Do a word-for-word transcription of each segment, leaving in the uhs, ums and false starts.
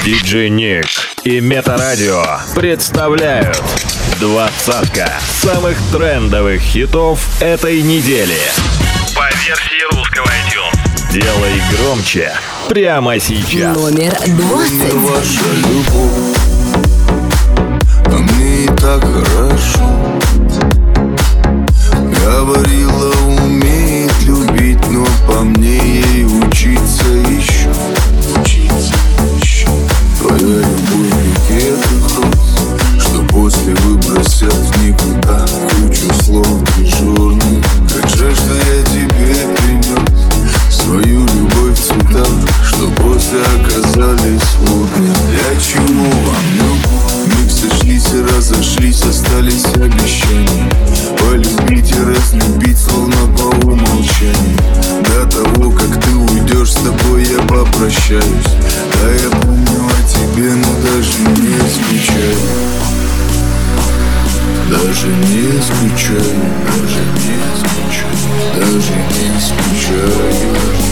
диджей Ник и Метарадио представляют двадцатка самых трендовых хитов этой недели по версии русского iTunes. Делай громче прямо сейчас. Номер двадцать. Ваша любовь, а мне и так хорошо. Говорила, умеет любить, но по мне ей учиться еще. Твоя любовь букет роз, что после выбросят в никуда. Кучу слов дежурных. Как жаль, что я тебе принес свою любовь в цветах, что после оказались в урне. Для чего вам любовь? Миг сошлись и разошлись, остались обещания полюбить и разлюбить, словно по умолчанию. До того, как ты уйдешь, с тобой я попрощаюсь. Да, я помню о тебе, но даже не скучаю. Даже не скучаю, даже не скучаю, даже не скучаю.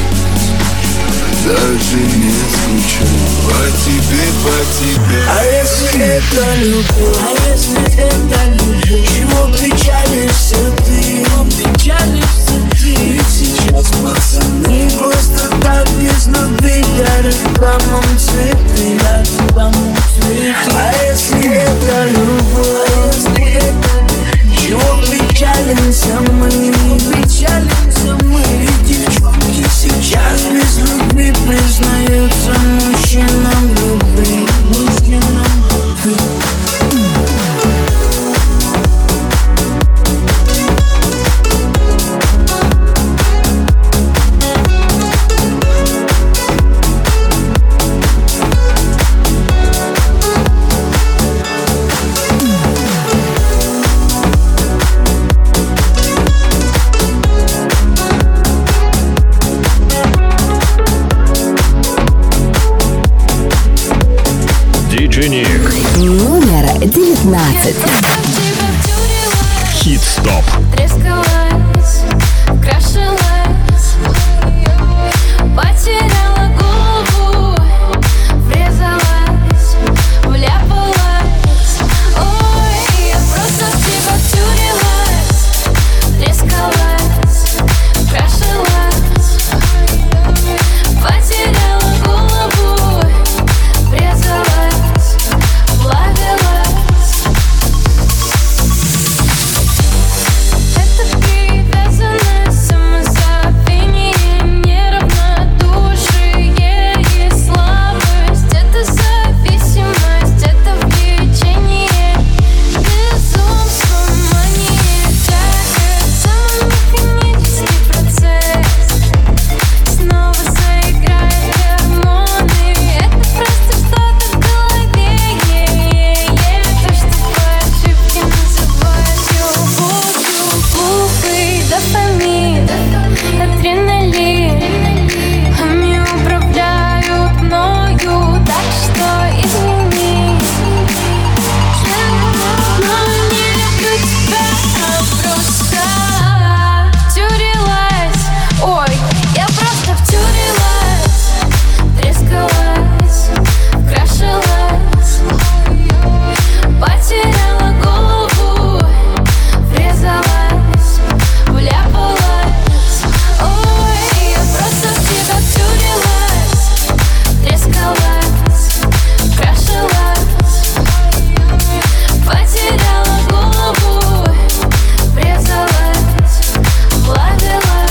Даже не скучаю по тебе, по тебе. А если это любовь, а если это любовь, чего печалишься ты, чего печалишься ты? Ведь сейчас пацаны просто так без любви дарят рекламом цветы, дарят рекламом цветы. А если это любовь, а если это любовь, чего печалимся мы, печалимся мы? Ведь девчонки сейчас без любви признаются мужчинам любви, мужчинам любви. Номер девятнадцать. Хит-стоп. Трескалась, крашилась, потеряла голову, врезалась, вляпалась. Ой, я просто в тебя втюрилась, трескалась, крашилась, потеряла голову, врезалась, плавилась. Это привязанное самозабвение, неравнодушие и слабость. Это зависимость, это влечение, безумство, мания, тягость, самомеханический процесс. Снова заиграет гормоны, это просто что-то в голове. То, что по ошибке называют любовью. Глупый дофамин, адреналин, ими управляют мною, так что извини. Но не люблю тебя, просто втюрилась. Ой, я просто втюрилась, трескалась, крашилась, потеряла голову, врезалась, вляпалась. Ой, я просто в тебя втюрилась, трескалась, крашилась, потеряла голову, врезалась, плавилась.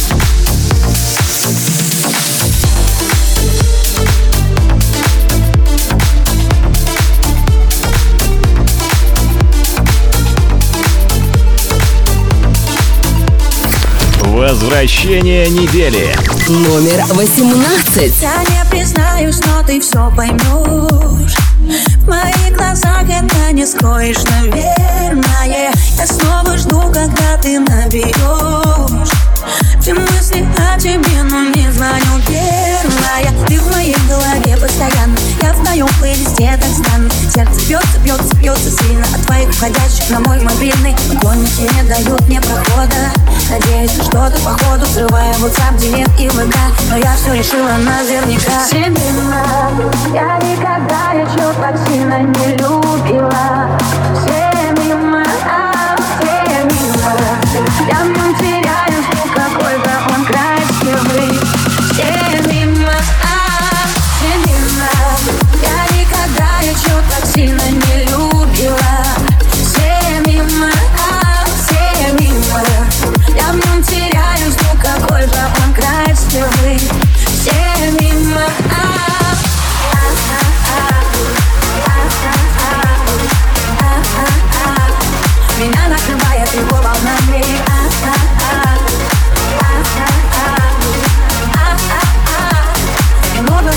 Возвращение недели. Номер восемнадцать. Я не признаюсь, но ты все поймешь. В моих глазах это не скроешь, наверное. Я снова жду, когда ты наберешь. Все мысли о тебе, но не звоню первая. Ты в моей голове постоянно, я в твоем плейлисте так странно. Сердце бьется, бьется, бьется сильно от твоих входящих на мой мобильный. Поклонники не дают мне прохода. Надеюсь, на что-то походу, взрывая WhatsApp, директ и ВК. Но я все решила наверняка. Тебе надо, я никак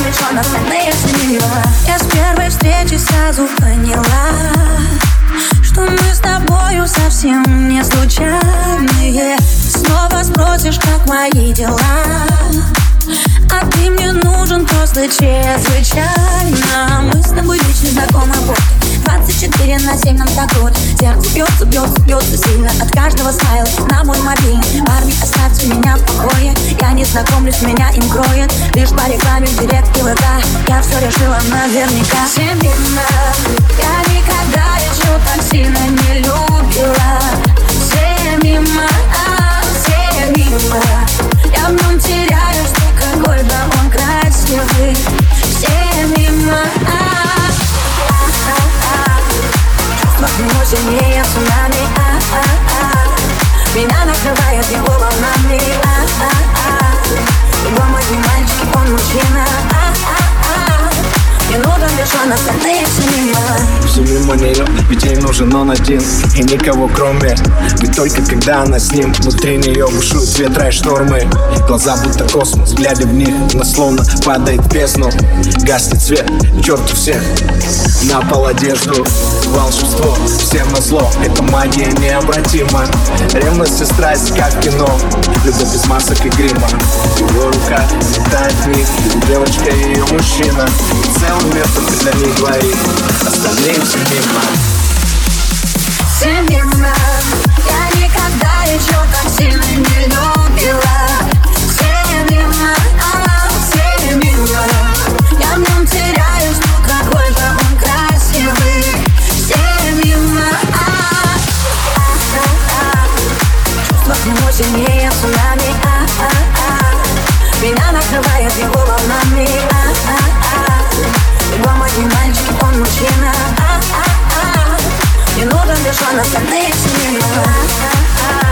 лишен остальных мира. Я с первой встречи сразу поняла, что мы с тобою совсем не случайные. Снова спросишь, как мои дела, а ты мне нужен просто чрезвычайно. Мы с тобой лично знакомы вот двадцать четыре на семь нам так вот. Сердце бьется, бьется, бьется сильно от каждого смайла на мой мобильный. Парни, оставьте меня в покое, я не знакомлюсь, меня им кроет. Лишь по рекламе в директ и ВК я все решила наверняка. Всем видно, я никогда еще так сильно не любила. Все мимо, а, все мимо, я в нем теряю, что какой бы он красивый. Все мимо, а, а, а, а. Чувства к нему сильнее цунами, а, а, а. Меня накрывает его волнами, а, а, а. Его мой не мальчик, он мужчина, а, а, а. Не нужен лишь он, остальные все мимо. Все мимо нее, ведь ей нужен он один и никого кроме. Ведь только когда она с ним, внутри нее бушуют ветра и штормы. Глаза будто космос, глядя в них, она словно падает в бездну. Гаснет свет, к черту всех, на пол одежду. Волшебство, всем назло, это магия необратима. Ревность и страсть, как кино, любовь без масок и грима. Его рука летает в них, девочка и ее мужчина. Целый мир только для них двоих, остальные все мимо. Все мимо, я никогда еще так сильно не любила. Все мимо, а, все мимо, я в нем теряюсь, ну какой же он красивый. Все мимо, а, а, а, а. Чувства к нему сильнее цунами, а, а, а. Меня накрывает его волнами, а, а, а. Его мой не мальчик, он мужчина, а, а, а. Не нужен лишь он, остальные все мимо, а, а,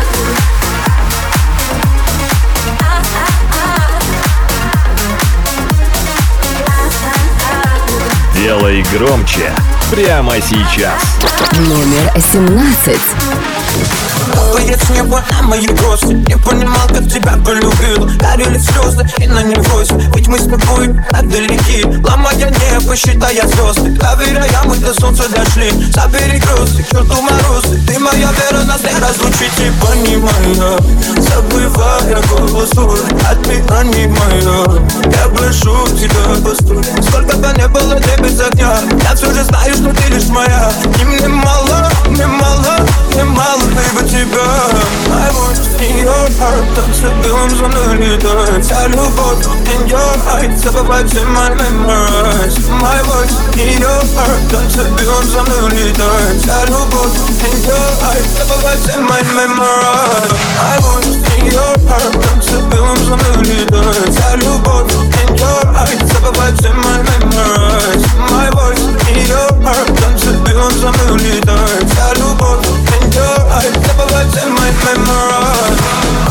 а. Делай громче прямо сейчас. Номер семнадцать. Боец неба на моей грозы. Не понимал, как тебя полюбил. Горели слезы и на неврозе. Ведь мы с тобой так далеки, ломая небо, считая звезды. Доверяя, мы до солнца дошли. Забери грусти, к черту морозы. Ты моя вера, нас не разлучить. И понимая, забывая голос свой, отпирани моя, я прошу тебя, постой. Сколько бы не было ты без огня, я все же знаю, что ты лишь моя. И мне мало, мне мало, мне мало, baby, тебя. I want in your heart, танцы белым за мной летает. Вся любовь in your eyes, забывать все my memories. My voice in your heart, танцы белым за мной летает. Вся любовь in your eyes, забывать все my memories. I want in your heart, танцы белым за мной летает. Вся любовь in your eyes, забывать все my memories. My voice in your heart, танцы белым за мной летает. Вся любовь in your eyes, забывать все my memories.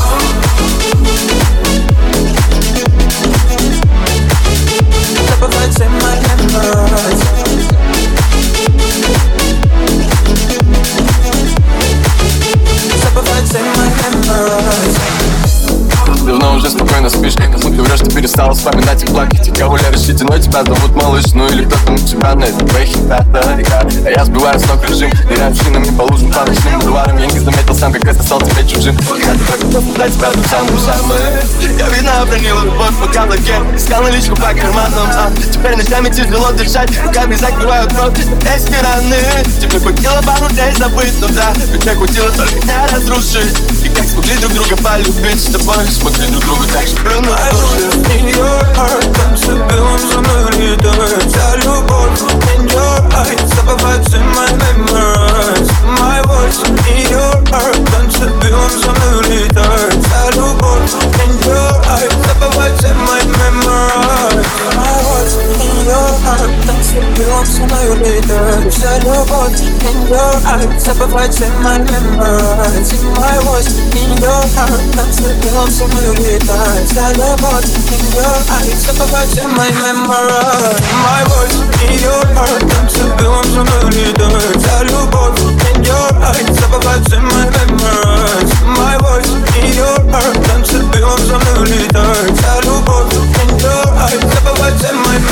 Забывать все my memories. Забывать все my memories. Давно уже спокойно спишь, как будто врешь, ты перестала вспоминать и плакать. И кого ли решительно тебя зовут малыш, ну или кто-то у тебя на это твоих ребята река. А я сбиваю с ног режим, ныряю шинами по лужам, по ночным бульварам. Я не заметил сам, как это стал тебе чужим. Я так готов дать правду самому самое. Я видно обронила любовь по каблуке, искал наличку по карманам, а теперь ночами тяжело дышать, руками закрывают рот эти раны. Тебе хватило пару дней забыть, но да, ведь мне хватило только меня разрушить. И как смогли друг друга полюбить с тобой, смогли друг друга так же прыгнуть. I want in your heart, танцы белым за мной летает. Вся любовь in your eyes, забывать все my memories. My voice in your heart, танцы белым за мной летает. Вся любовь in your eyes, забывать все my memories. My voice in your heart, танцы белым за мной летает. Вся любовь in your eyes, забывать все my memories. My voice in your heart, танцы белым за мной летает. Вся любовь in your eyes, забывать все my memories. My voice in your heart, танцы белым за мной летает. Вся любовь in your eyes, забывать все my memories. My voice in your heart, танцы белым за мной летает. Вся любовь in your eyes, забывать все my memories.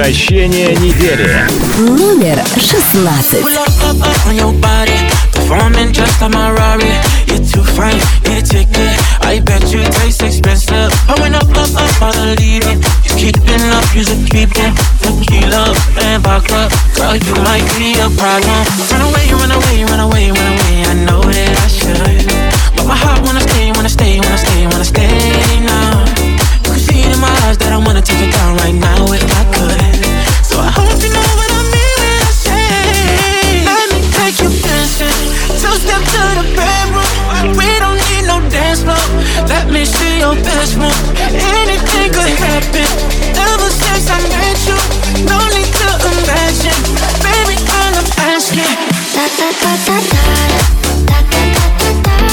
Возвращение недели. Номер шестнадцать. Performing just like my Rari. You're too fine, need a ticket. I bet you taste expensive. I went up, up, up, all the leading. Just keeping up, you're the keeping. Tequila and vodka. Girl, you might be a problem. Run away, run away, run away, run away. I know that I should, but my heart wanna stay, wanna stay, wanna stay, wanna stay now. You can see it in my eyes that I wanna take it down right now if I could. So I hope you know what I mean when I say, let me take you dancing. Two step to the bedroom. We don't need no dance floor. Let me see your best move. Anything could happen. Ever since I met you, no need to imagine. Baby, all I'm asking. Da da da da da da da da da da.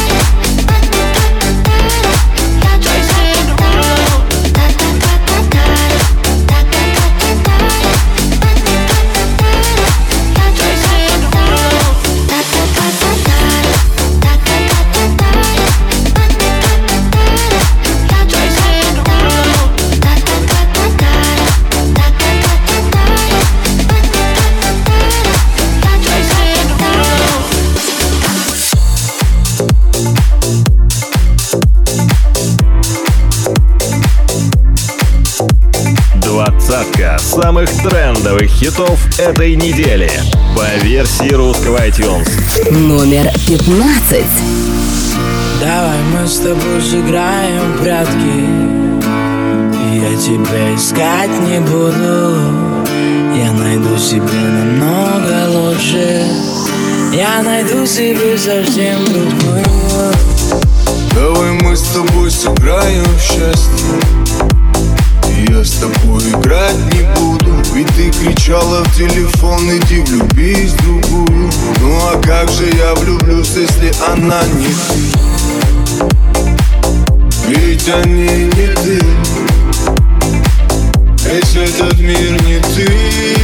Двадцатка самых трендовых хитов этой недели по версии русского iTunes. Номер пятнадцать. Давай мы с тобой сыграем в прятки. Я тебя искать не буду. Я найду себе намного лучше. Я найду себе совсем другую. Давай мы с тобой сыграем в счастье. Я с тобой играть не буду. Ведь ты кричала в телефон: иди влюбись в другую. Ну а как же я влюблюсь, если она не ты? Ведь они не ты. Весь этот мир не ты.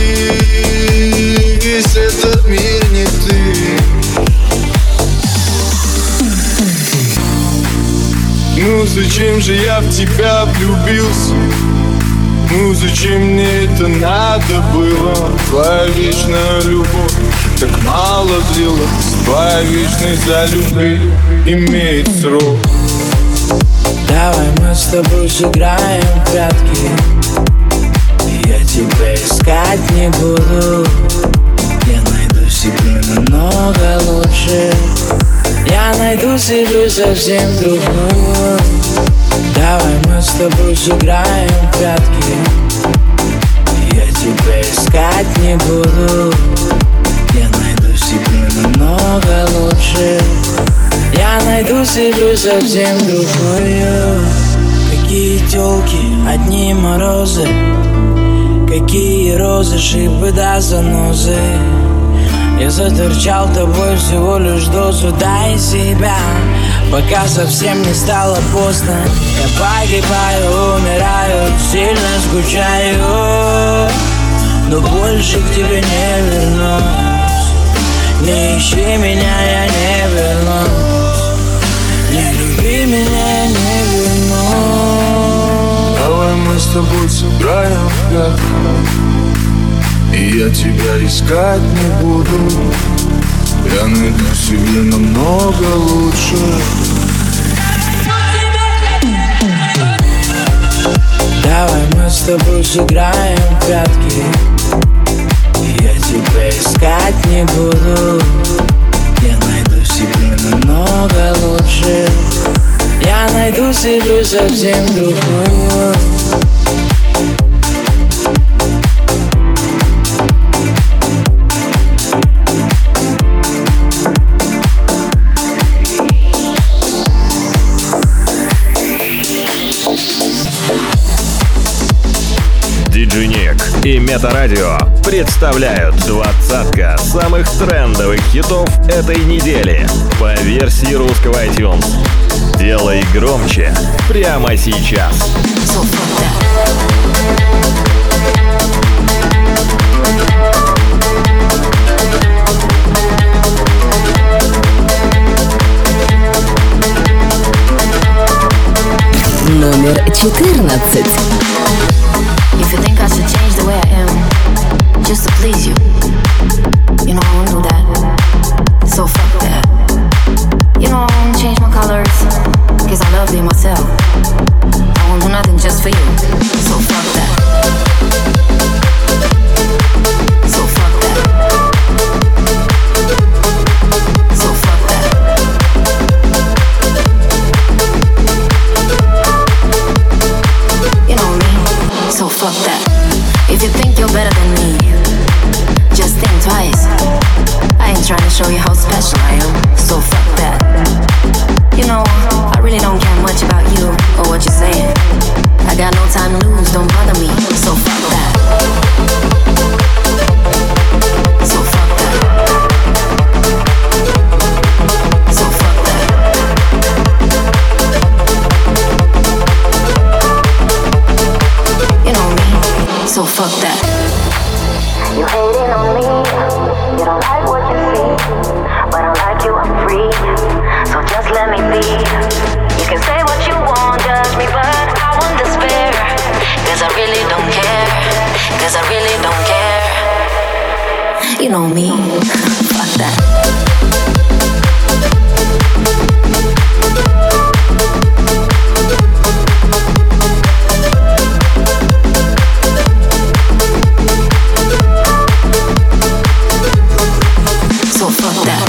Весь этот мир не ты. Ну зачем же я в тебя влюбился? Ну зачем мне это надо было? Твоя вечная любовь так мало длилась. Твоя вечность за любви имеет срок. Давай мы с тобой сыграем в прятки. Я тебя искать не буду. Я найду себе намного лучше. Я найду себе совсем другую. Давай мы с тобой сыграем в прятки. Я тебя искать не буду. Я найду себе намного лучше. Я найду себе совсем другую. Какие тёлки, одни морозы. Какие розы, шипы да занозы. Я заторчал тобой всего лишь дозу. Дай себя, пока совсем не стало поздно. Я погибаю, умираю, сильно скучаю. Но больше к тебе не вернусь. Не ищи меня, я не вернусь. Не люби меня, я не вернусь. Давай мы с тобой сыграем в прятки. И я тебя искать не буду. Я найду себе намного лучше. Давай мы с тобой сыграем в прятки. Я тебя искать не буду. Я найду себе намного лучше. Я найду себе совсем другую. диджей Ник и Метарадио представляют двадцатка самых трендовых хитов этой недели по версии русского iTunes. Делай громче прямо сейчас. Номер четырнадцать. If you think I should change the way I am, just to please you. You know I won't do that, so fuck that. You know I won't change my colors, cause I love being myself. I won't do nothing just for you, so fuck that. So fuck that. So fuck that. You know me, so fuck that. If you think you're better than me, just think twice. I ain't trying to show you how special I am, so fuck that. You know, I really don't care much about you or what you're saying. I got no time to lose, don't bother me, so fuck that. So fuck that. So fuck that. You know me, so fuck that. You hating on me, you don't like what you see, but unlike you I'm free, so just let me be. You can say what you want, judge me, but I won't despair, cause I really don't care, cause I really don't care. You know me, fuck that. So fuck that.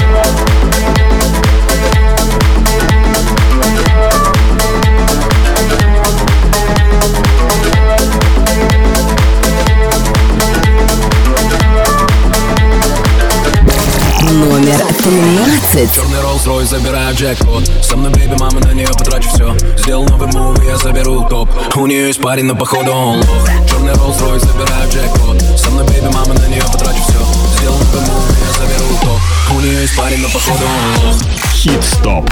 Номер тринадцать. Черный Rolls-Royce, забираю джекпот. Со мной, бейби, мама, на нее потрачу все. Сделал новый мув, я заберу топ. У нее есть парень, но походу он лох. Черный Rolls-Royce, забираю джекпот. Со мной, бейби, мама, на нее потрачу все. Сделал новый мув, я заберу топ. У нее есть парень, но походу он лох. Хит-стоп.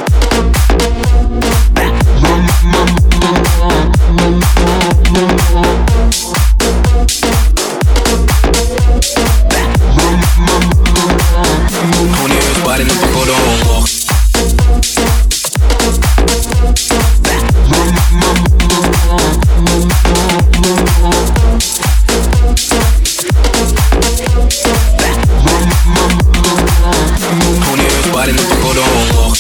У нее есть парень, но походу он лох. У нее есть парень, но походу он лох.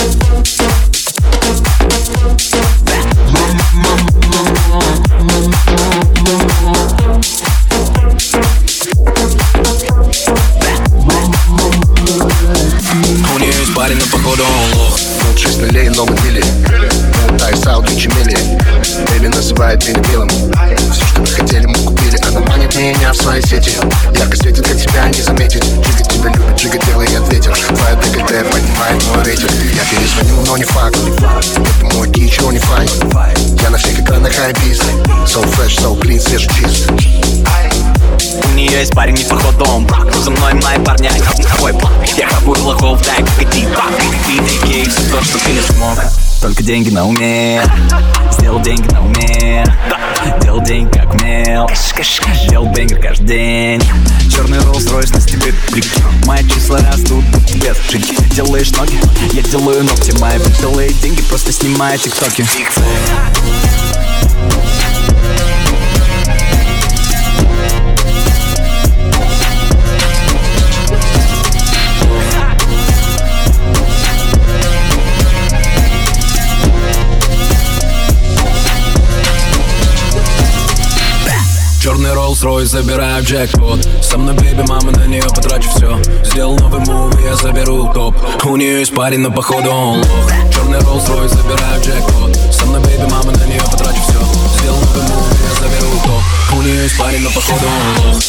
У нее есть парень, но походу он лох. ноль шесть нулей, но мы пили. Тайс аут, чемели. Бэйби называет меня белым. Все, что мы хотели, мы купили. Она манит меня в своей сети. Ярко светит, как тебя не заметить. Джига тебя любит, Джига делает ветер. Твоя декольте поднимает мой ветер. Я перезвонил, но не факт. Это мой дичь, но не файт. Я на всех экранах хайбист. So fresh, so clean, свежий чист. У нее есть парень, не походу он брак. Но за мной мои парни, какой план? Я хапую лохов, дай погоди, пак. Ты такие, все то, что ты не смог. Только деньги на уме. Сделал деньги на уме. Делал деньги как умел. Делал бенгер каждый день. Черный Rolls-Royce на стебе прикинь. Мои числа растут без жить. Делаешь ноги, я делаю ногти. Мои делает деньги, просто снимаю тиктоки. Черный Rolls-Royce, забираю джекпот. Со мной, бейби, мама, на нее потрачу все. Сделал новый мув, я заберу топ. У нее есть парень, но походу он лох. Черный Rolls-Royce, забираю джекпот. Со мной, бейби, мама, на нее потрачу все. Сделал новый мув, я заберу топ. У нее есть парень, но походу он лох.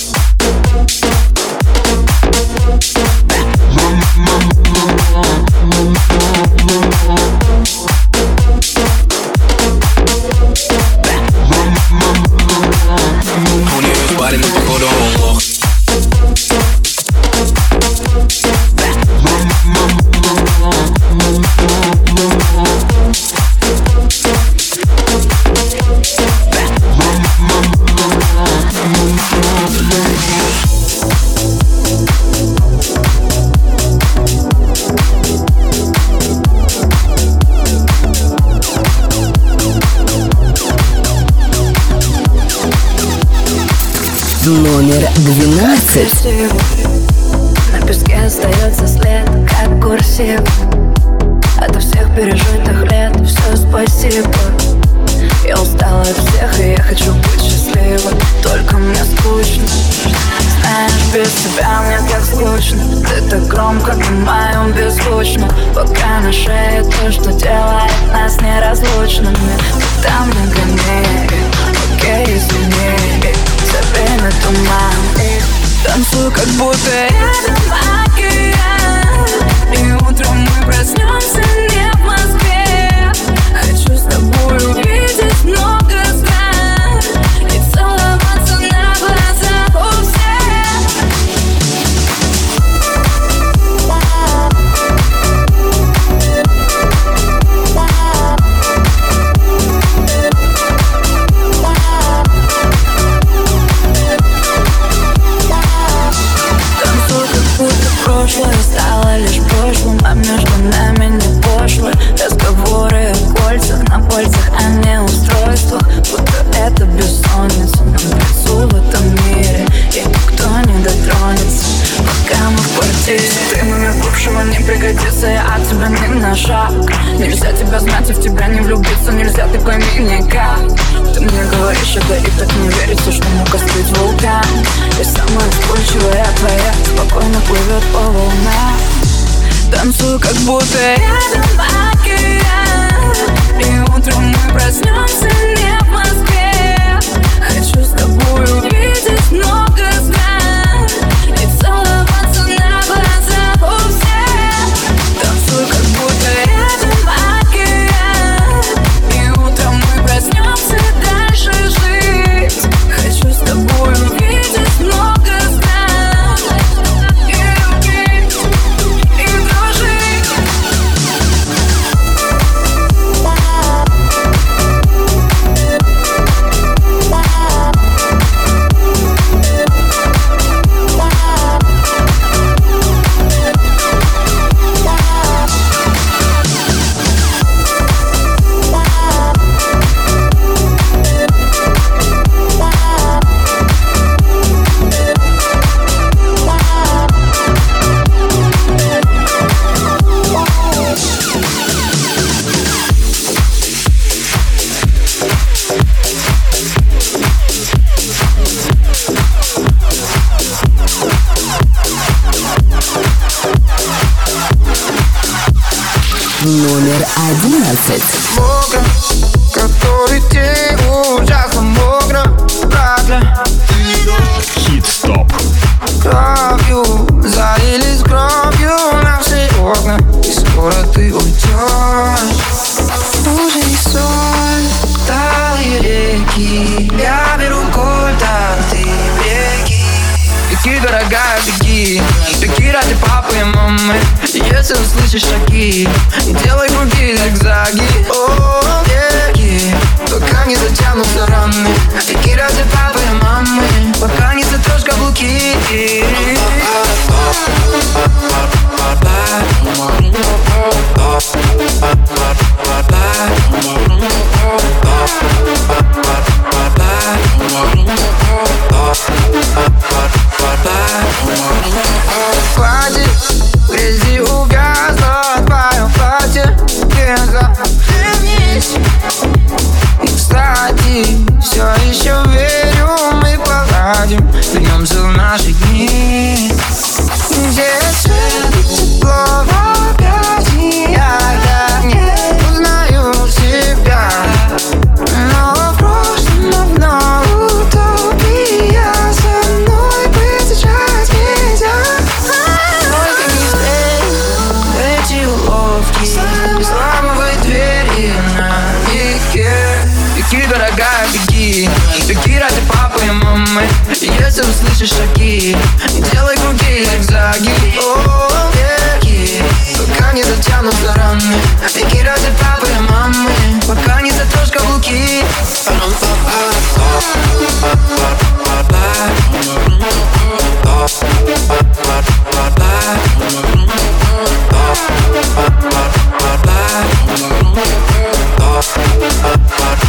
У нее есть парень, но походу он лох. Номер тринадцать. На песке остается след, как курсив. Ото всех пережитых лет все спасибо. Я устала от всех, и я хочу быть счастливой. Только мне скучно. Знаешь, без тебя мне так скучно. Ты так громко на моем беззвучно. Пока на шее то, что делает нас неразлучными. Ты там не гони, окей, извини. Забей на туман и танцуй, как будто рядом океан. И утром мы проснемся не в Москве. Хочу с тобой увидеть много стран и целоваться на глазах у всех. Танцуй, как будто прошлое стало лишь прошлым, а между нами не пошлые разговоры о кольцах, на пальцах, а не устройствах. Будто это бессонница нам к лицу в этом мире, и никто не дотронется, пока мы в квартире. Ты номер бывшего не пригодится, я от тебя ни на шаг. Нельзя тебя знать и в тебя не влюбиться, нельзя, ты пойми никак. Ты мне говоришь это и так не верится, что мог остыть вулкан. И самая вспыльчивая твоя спокойно плывет по волнам. Танцую, как будто рядом океан. И утром мы проснемся не в Москве. Хочу с тобой увидеть много стран и целоваться на глазах у всех. Танцую, как будто рядом океан. И утром мы проснемся дальше жить. Хочу с тобой увидеть много стран и любить, и дружить. Номер одиннадцать. Мокро, который день ужасно мокро. Правда, Хит-стоп. кровью залились кровью на все окна. И скоро ты уйдешь. Уже не соль, талые реки. Я беру кольт, а ты беги. Беги, дорогая, беги. Беги ради папы и мамы. Если услышишь шаги, делай круги, зигзаги. О, беги, пока не затянутся раны. Беги ради папы и мамы, пока не затрешь каблуки. Хватит, в грязи увязла твое платье. Лето, вернись. И, кстати, все еще верю, мы поладим. Вернемся в наши дни. Где свет, тепло в объятиях. Я не узнаю себя, но в прошлом вновь утопия. Со мной быть сейчас нельзя. Только не встреть эти уловки, не взламывай двери на веке. Беги, дорогая, беги. Беги ради папы и мамы. Если услышишь шаги, делай круги, зигзаги. О, беги, пока не затянутся раны. Беги ради папы и мамы, пока не затрешь каблуки.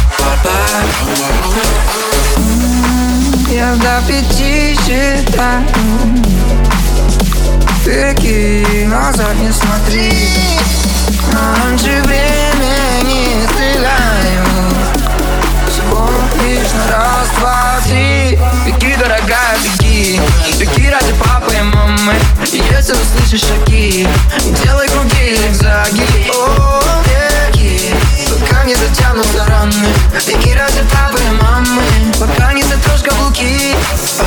Я до пяти считаю, Беги, назад не смотри. Раньше времени стреляю. Всего лишь на раз, два, три. Беги, дорогая, беги. Беги ради папы и мамы. И если услышишь шаги, делай круги, зигзаги. О, беги, пока не затянутся раны. Беги ради папы и мамы, пока не затрешь каблуки.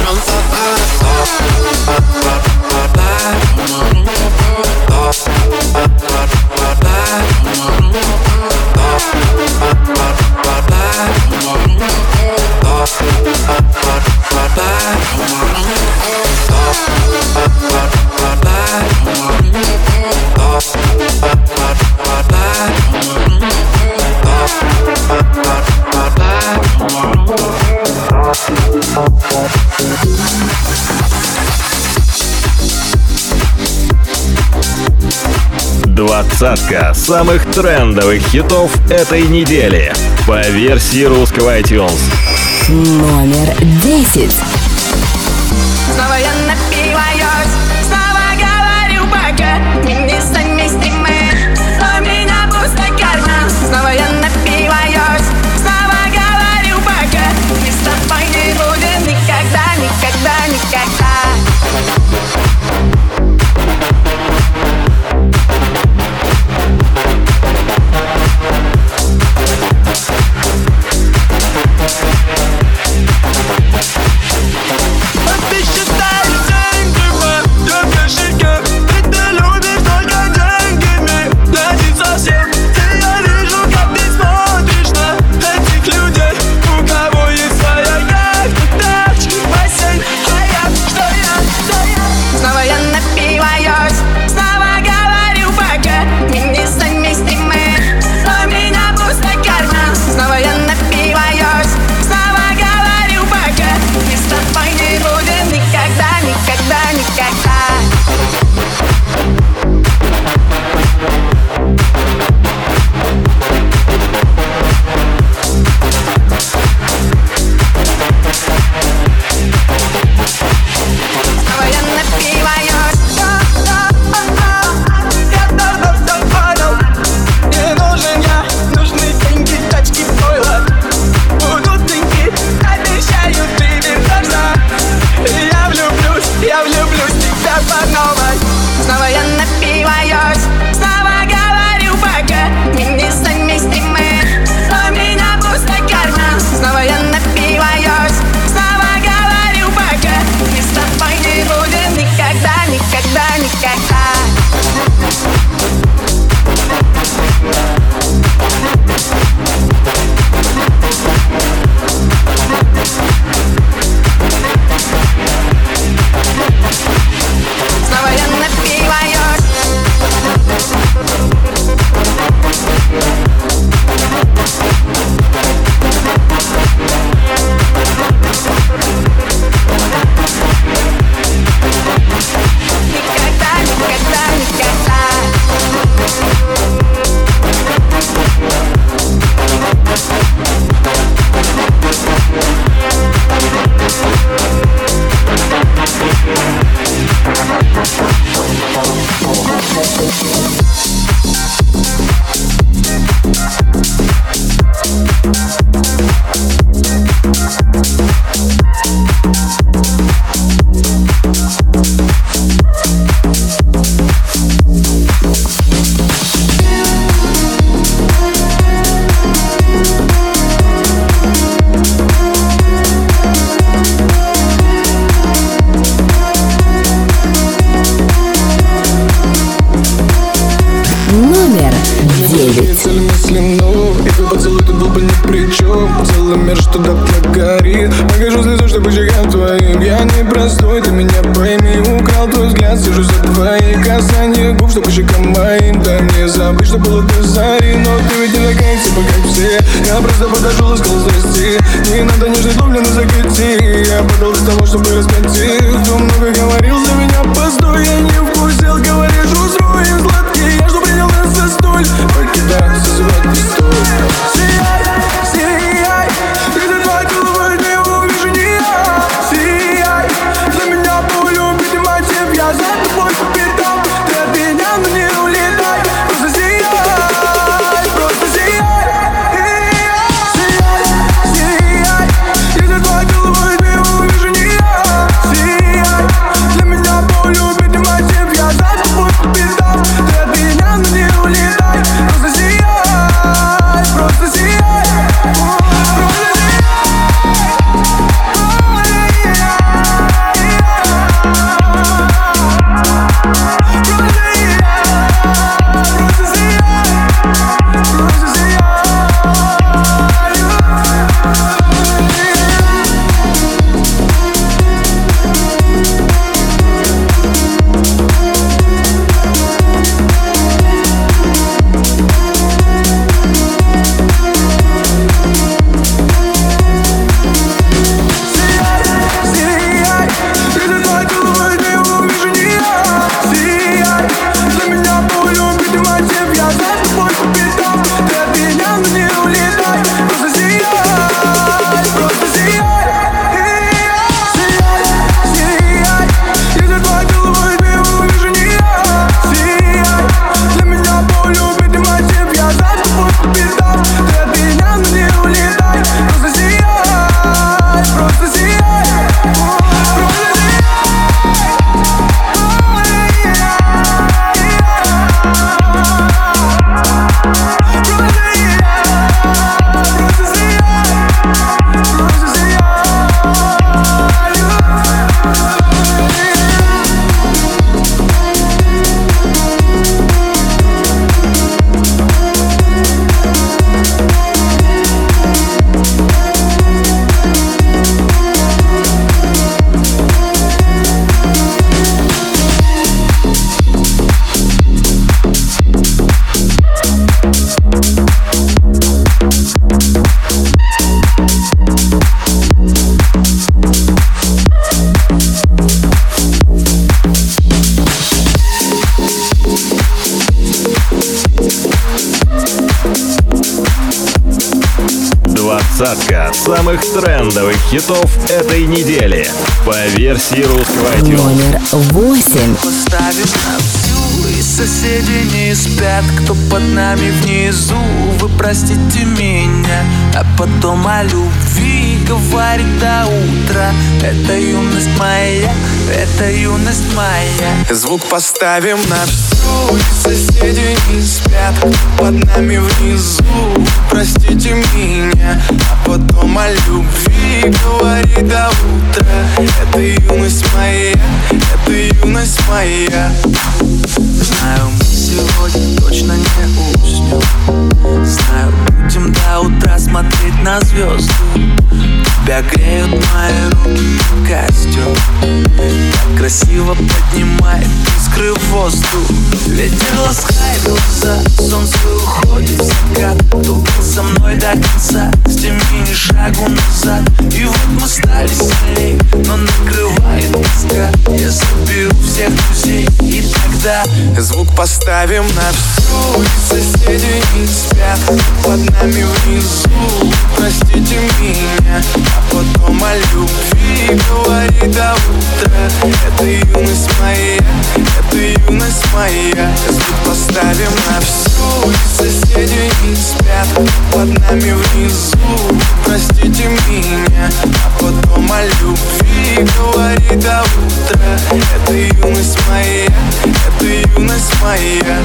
Двадцатка самых трендовых хитов этой недели по версии русского iTunes. Номер десять. Снова я напиваюсь, снова говорю пока мы несовместимы, но у меня пустой карман. Снова я напиваюсь, снова говорю пока мы с тобой не будем никогда, никогда, никогда. Целый мир, что так горит. Покажу слезу, что по щекам твоим. Я не простой, ты меня пойми. Украл твой взгляд, сижу за твои касания губ, что по щекам моим. Дай мне забыть, что было до зари. Но ты ведь не такая, типа как все. Я просто подошел и сказал здрасте. Не надо нежный дом, мне на закати. Я подал для того, чтобы раскатить. Кто много говорил за меня, постой. Я не вкусил, говоришь, устроен сладкий. Я что принял нас за столь. Покидай, зазывать не стоит. Сияй, сияй, где твоя голова, не увижу не я. Сияй, для меня полюбить мотив, я за тобой теперь. Двадцатка самых трендовых хитов этой недели по версии русского iTunes. Номер восемь. Поставим на всю, и соседи не спят, кто под нами внизу. Вы простите меня, а потом о любви говорит до утра. Это юность моя, это юность моя. Звук поставим на всю, и соседи не спят, кто под нами внизу. Простите меня, а потом о любви говорит до утра. Это юность моя, это юность моя. Знаю, мы сегодня точно не уснем. Знаю, будем до утра смотреть на звезды. Тебя греют мои руки, костер так красиво поднимает искры в воздух. Ветер ласкает глаза, солнце уходит в закат. Кто был со мной до конца, с теми ни шагу назад. И вот мы стали сильней, но накрывает тоска. Я соберу всех друзей, и тогда звук поставим на всю, и соседи не спят, под нами внизу. Простите меня, а потом о любви говорит до утра. Это юность моя, это юность моя. Звук поставим на всю, и соседи не спят, под нами внизу. Простите меня, а потом о любви говорит до утра. Это юность моя, это юность моя.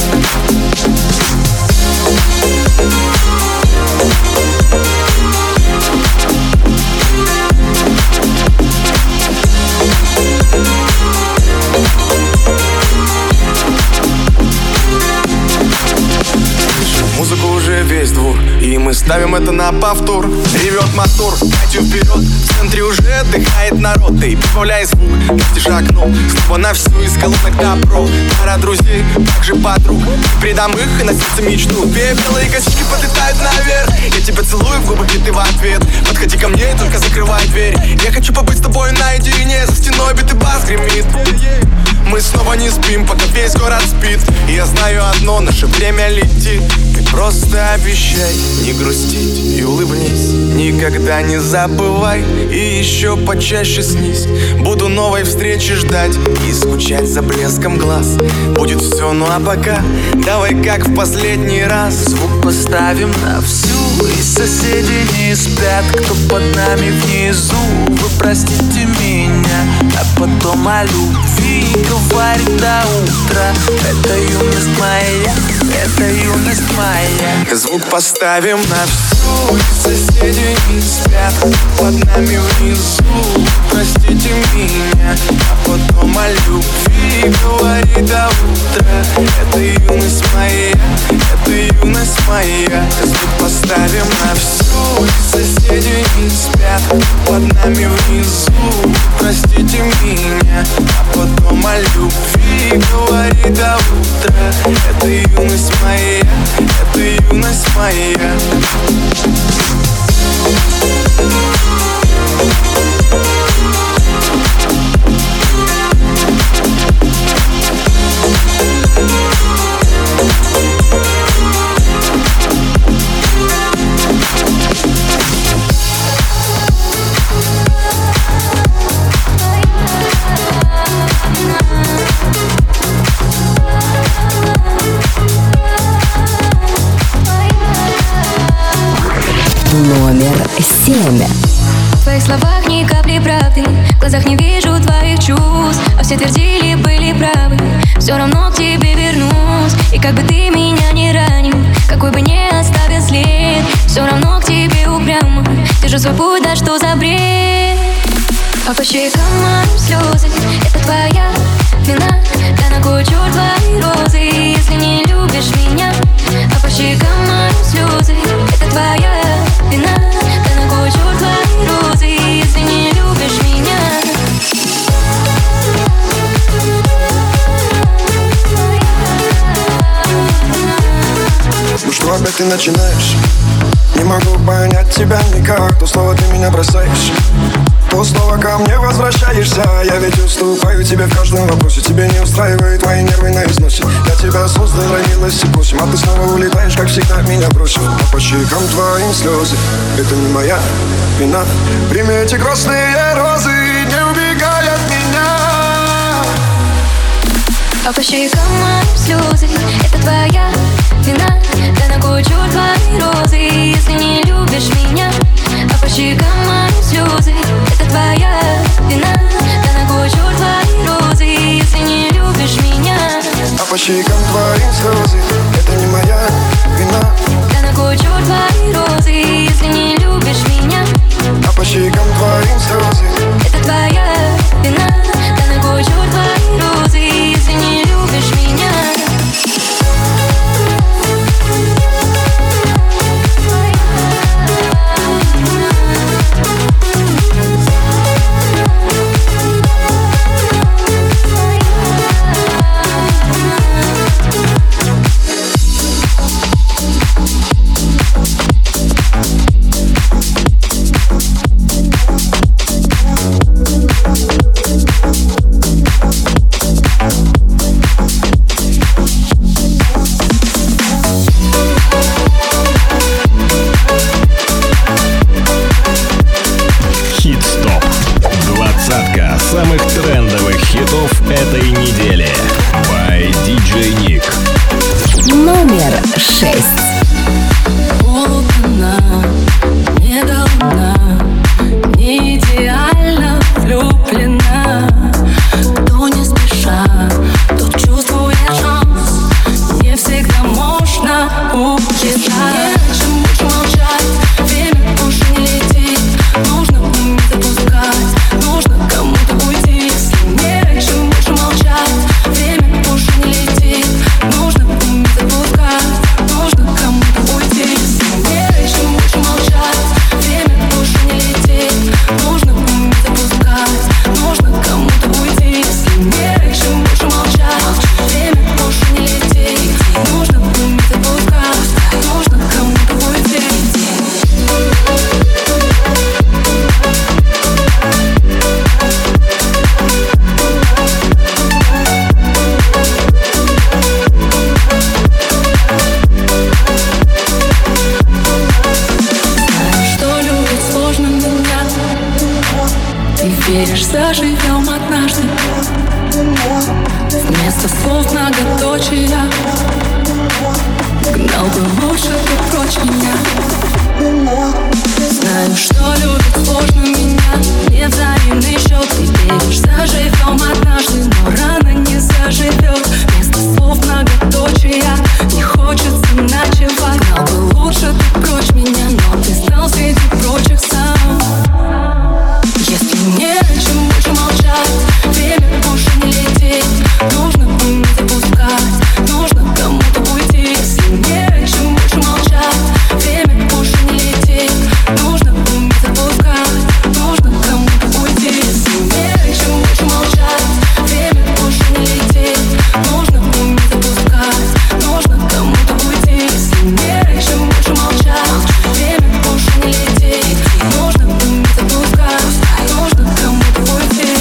Музыку уже весь двор, и мы ставим это на повтор. Ревет мотор, Катю вперед, в центре уже отдыхает народ. Ты прибавляй звук, настежь окно, снова на всю из колонок добро. Пара друзей, также подруг, передам их и на сердце мечту. Две белые косички подлетают наверх, я тебя целую в губы, и ты в ответ. Подходи ко мне, только закрывай дверь. Я хочу побыть с тобой наедине, за стеной бит и бас гремит. Мы снова не спим, пока весь город спит. И я знаю одно, наше время летит. Ты просто обещай не грустить и улыбнись. Никогда не забывай и еще почаще снись. Буду новой встречи ждать и скучать за блеском глаз. Будет все, ну а пока давай как в последний раз. Звук поставим на всю, и соседи не спят, кто под нами внизу. Вы простите меня, а потом о любви говорит до утра. Это юность моя, это юность моя. Звук поставим на всю, и соседи не спят, под нами внизу. Простите меня, а потом о любви говорит до утра. Это юность моя, это юность моя. Звук поставим на всю, и соседи не спят, под нами внизу. Простите меня, а потом о любви говорит до утра. Это юность моя, это юность моя. Номер семь. В твоих словах ни капли правды, в глазах не вижу твоих чувств. А все твердили, были правы, все равно к тебе вернусь. И как бы ты меня не ранил, какой бы ни оставил след, все равно к тебе упрямо держу свой путь, да что за бред. А по щекам моим слезы, это твоя вина. Да на кой черт твои розы, если не любишь меня. А по щекам моим слезы, это твоя вина. Да на кой черт твои розы, если не любишь меня. Ну что опять ты начинаешь? Не могу понять тебя никак. То снова ты меня бросаешь, то снова ко мне возвращаешься. Я ведь уступаю тебе в каждом вопросе. Тебе не устраивает мои нервы на износе. Я тебя создал, родилась и просим, а ты снова улетаешь, как всегда, меня бросив. А по щекам твоим слезы, это не моя вина. Прими эти красные розы, не убегай от меня. А по щекам моим слезы, это твоя вина. Да на кучу твои розы, если не любишь меня. А по щекам моим слезы, это твоя вина. Да на кучу твои розы, если не любишь меня. А по щекам твоим слезы, это не моя вина. Да на кучу твои розы, если не любишь меня. А по щекам твоим слезы, это твоя вина. Да на кучу твои розы, если не любишь меня. Самых трендовых хитов этой недели. By ди джей Nick. Номер шесть. Полутона, не должна, не идеально влюблена. Кто не спеша, тот чувствует шанс. Не всегда можно убежать. Чем больше молчать, время больше не летит. Нужно уметь отпускать, нужно кому-то уйти. Чем больше молчать, время больше не летит. Нужно уметь отпускать, нужно кому-то уйти. Чем больше молчать, время больше не летит. Нужно уметь отпускать, нужно кому-то уйти. Чем больше молчать, время больше не летит. Нужно уметь отпускать, нужно кому-то уйти. Веришь, заживем однажды. Вместо слов многоточия. Гнал бы лучше ты прочь меня. Знаю, что любит сложно меня. Невзаимный счет. Ты веришь, заживем однажды, но рано не заживет. Вместо слов многоточия. Не хочется ночевать. Гнал бы лучше ты прочь меня, но ты стал среди прочих сам. Если не чем больше молчать, время больше не летит. Нужно уметь отпускать, нужно кому-то уйти. Если не чем больше молчать, время больше не летит. Нужно уметь отпускать, нужно кому-то уйти. Если не чем больше молчать, время больше не летит. Нужно уметь отпускать, нужно кому-то уйти. Если не чем больше молчать, время больше не летит. Нужно уметь отпускать, нужно кому-то уйти.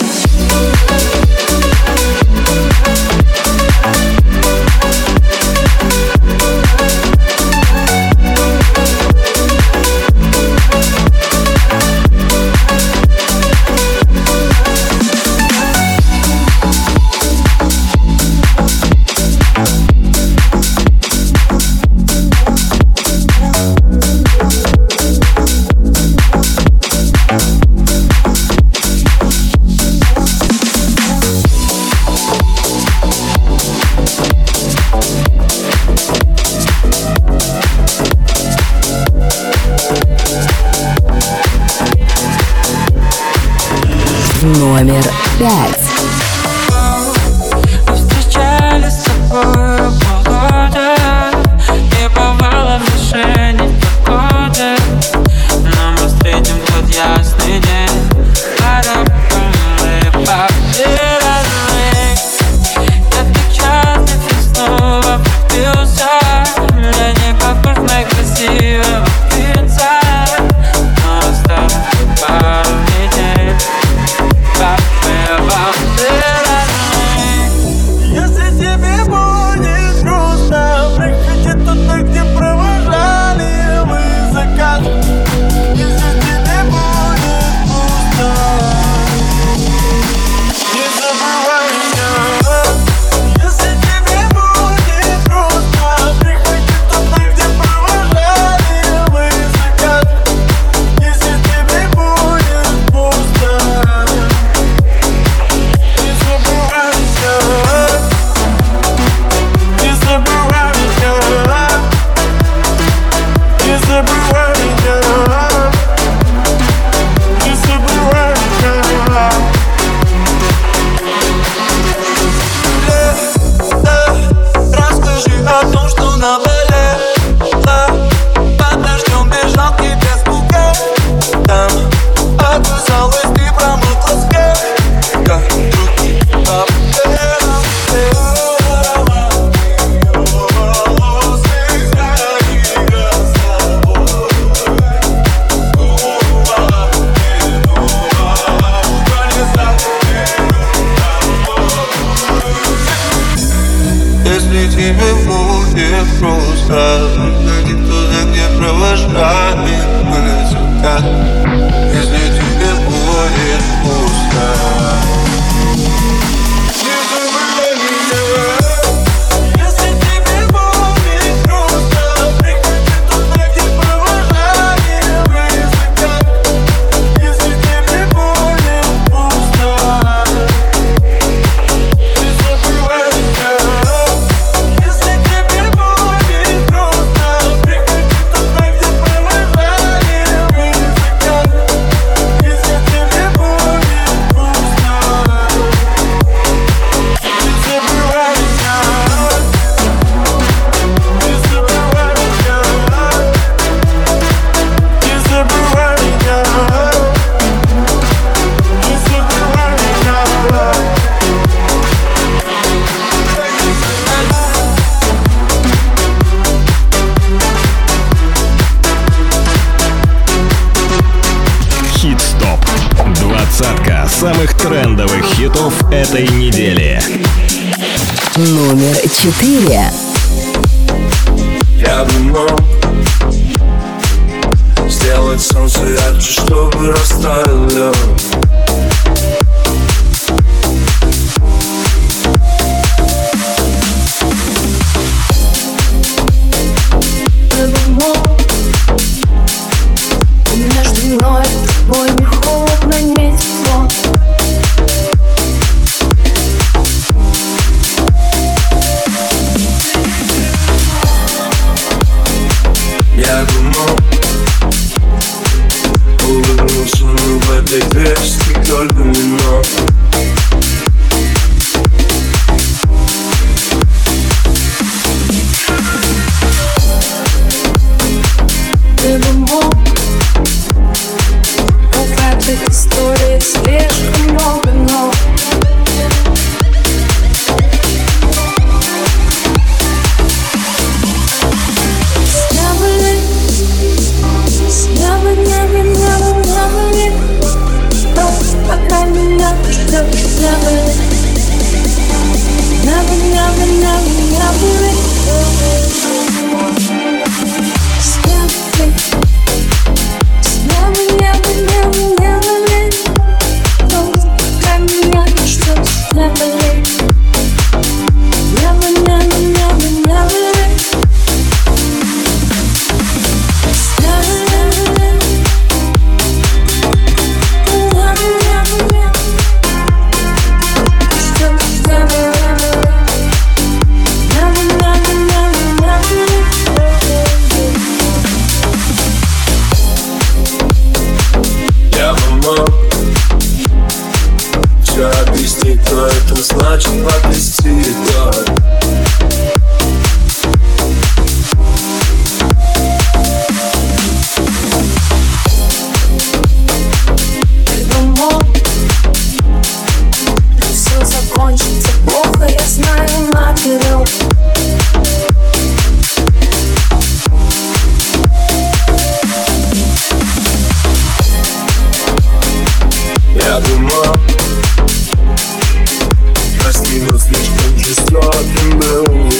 Номер пять. Мы встречались с тобой полгода. Не бывало в мишени погоды, но мы встретим тот ясный день. Пару-пару попираны. Я так часто ты снова влюбился. Я не похож на красивого Если тебе будет грустно, приходи туда, где провожает высока. Если тебе будет пусто, самых трендовых хитов этой недели. Номер четыре. Я бы мог сделать солнце ярче, чтобы растаял лед. Я бы мог, между мной и тобой не холодно, не тепло. Я бы мог улыбнуться, но в этой песне только вино. Ты бы мог, но в этой истории слишком много но. Все объяснить, но это значит подвести итог. Ты бы мог, все закончится плохо, я знаю наперед. Я думал, раскинул слишком жестоким был.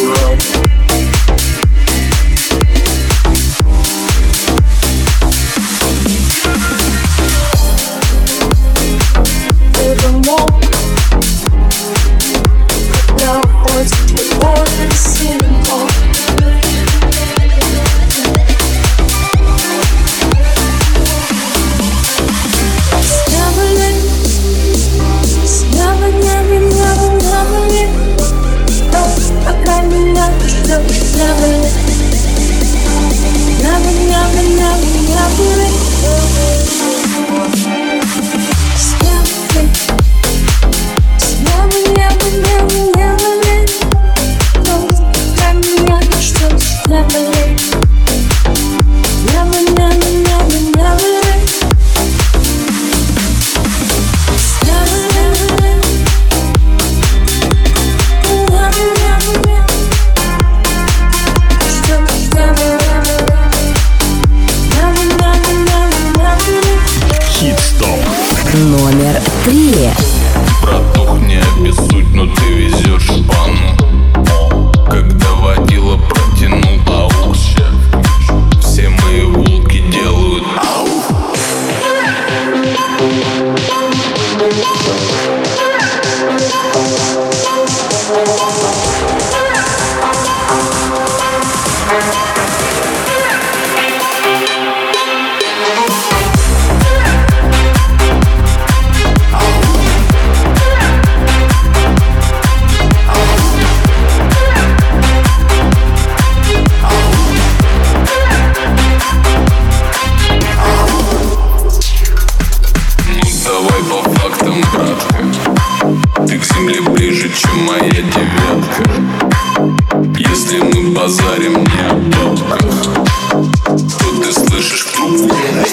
земли ближе, чем моя девятка. Если мы базарим не о бабках, то ты слышишь в трубку.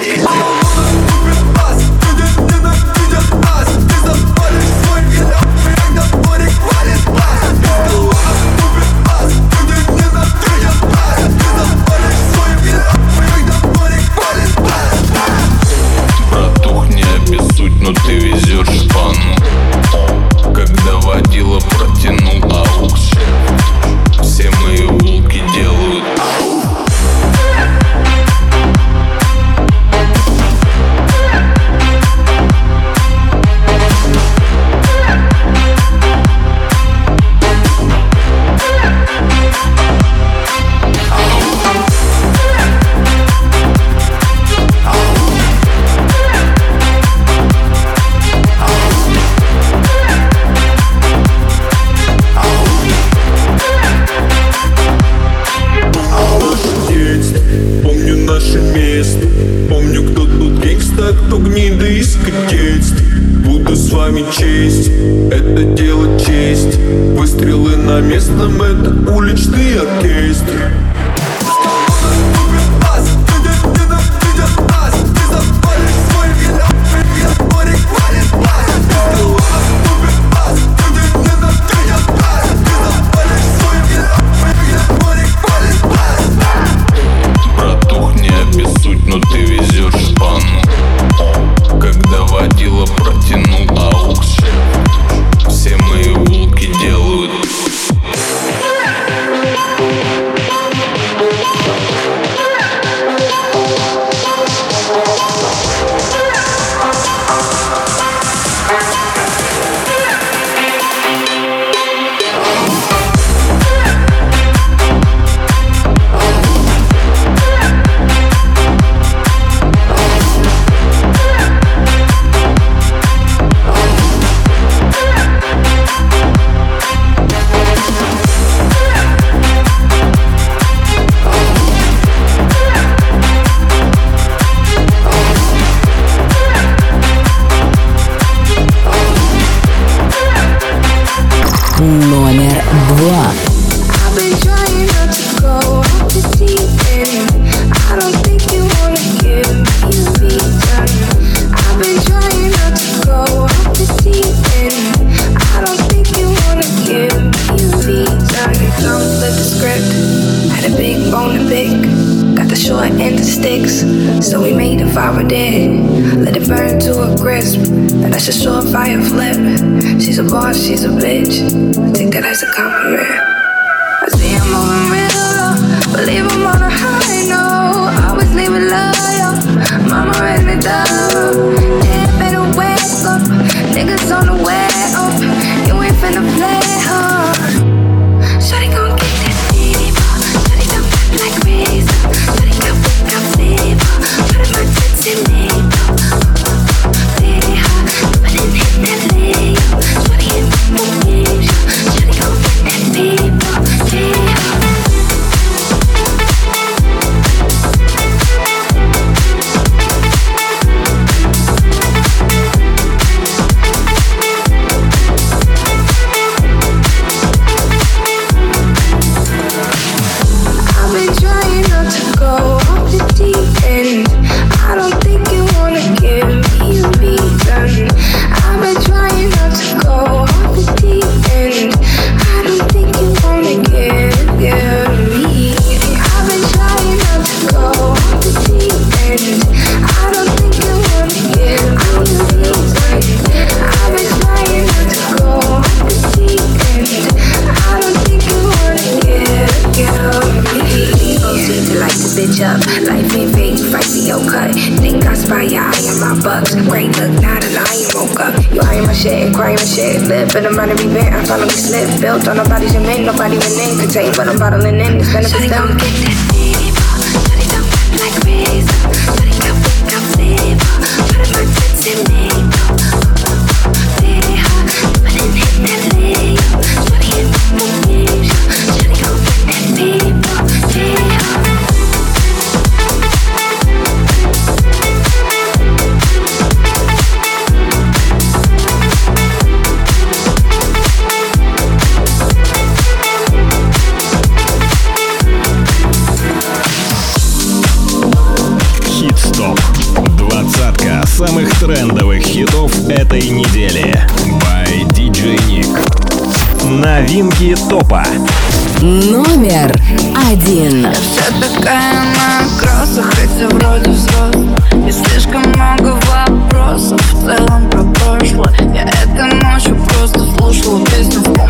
Братух, не обессудь, но ты везешь шпану. Когда водила протянул аукс, все мои волки делают ау. Помню, кто тут гангста, кто гнида из кокетств. Буду с вами честь, это дело честь. Выстрелы на местном, это уличный оркестр. Но ты везешь шпану. Когда водила протянул аукс, все мои волки делают. Номер два. Short end of sticks, so we made the fire dead. Let it burn to a crisp, and that's a surefire flip. She's a boss, she's a bitch. I take that as a compliment. I see I'm moving real low, but leave him on a high note. Always leave it loyal. Mama raised me down. Yeah, better wake up. Niggas on the way up. You ain't finna play hard. Shawty gon' get that fever. Shawty don't flip like razor. Put my tits in me, very hot. But it hit that leg. Shawty hit my moves. Shawty gon' get that fever, very hot. I've been trying not to go off the deep end. I don't think you wanna give me a reason. I've been trying not to go off the deep end. I don't think you wanna give, give me. I've been trying not to go off the deep end. I don't think you wanna give me a reason. I've been trying not to go off the deep end. I don't think you wanna give, give me. To light the bitch up, life ain't fake, feisty, yo cut. Think I spy ya, I am my bucks. Great look, not a lion woke up. You eyeing my shit, crying my shit. Lip, but I'm about to be bent, I finally slip. Built on nobody's cement, nobody within. Contain, but I'm bottling in, it's benefits down. Shawty gon' get that fever, shawty don't flip like razor. Shawty got wick, got flavor. Put my tits in me, very hot. But it hit that leg. Shawty hit my moves. Shawty gon' get that fever, very hot. Новинки топа. Номер один. Вся такая на кроссах, хотя вроде взрослый. И слишком много вопросов в целом про прошлое. Я этой ночью просто слушала песню в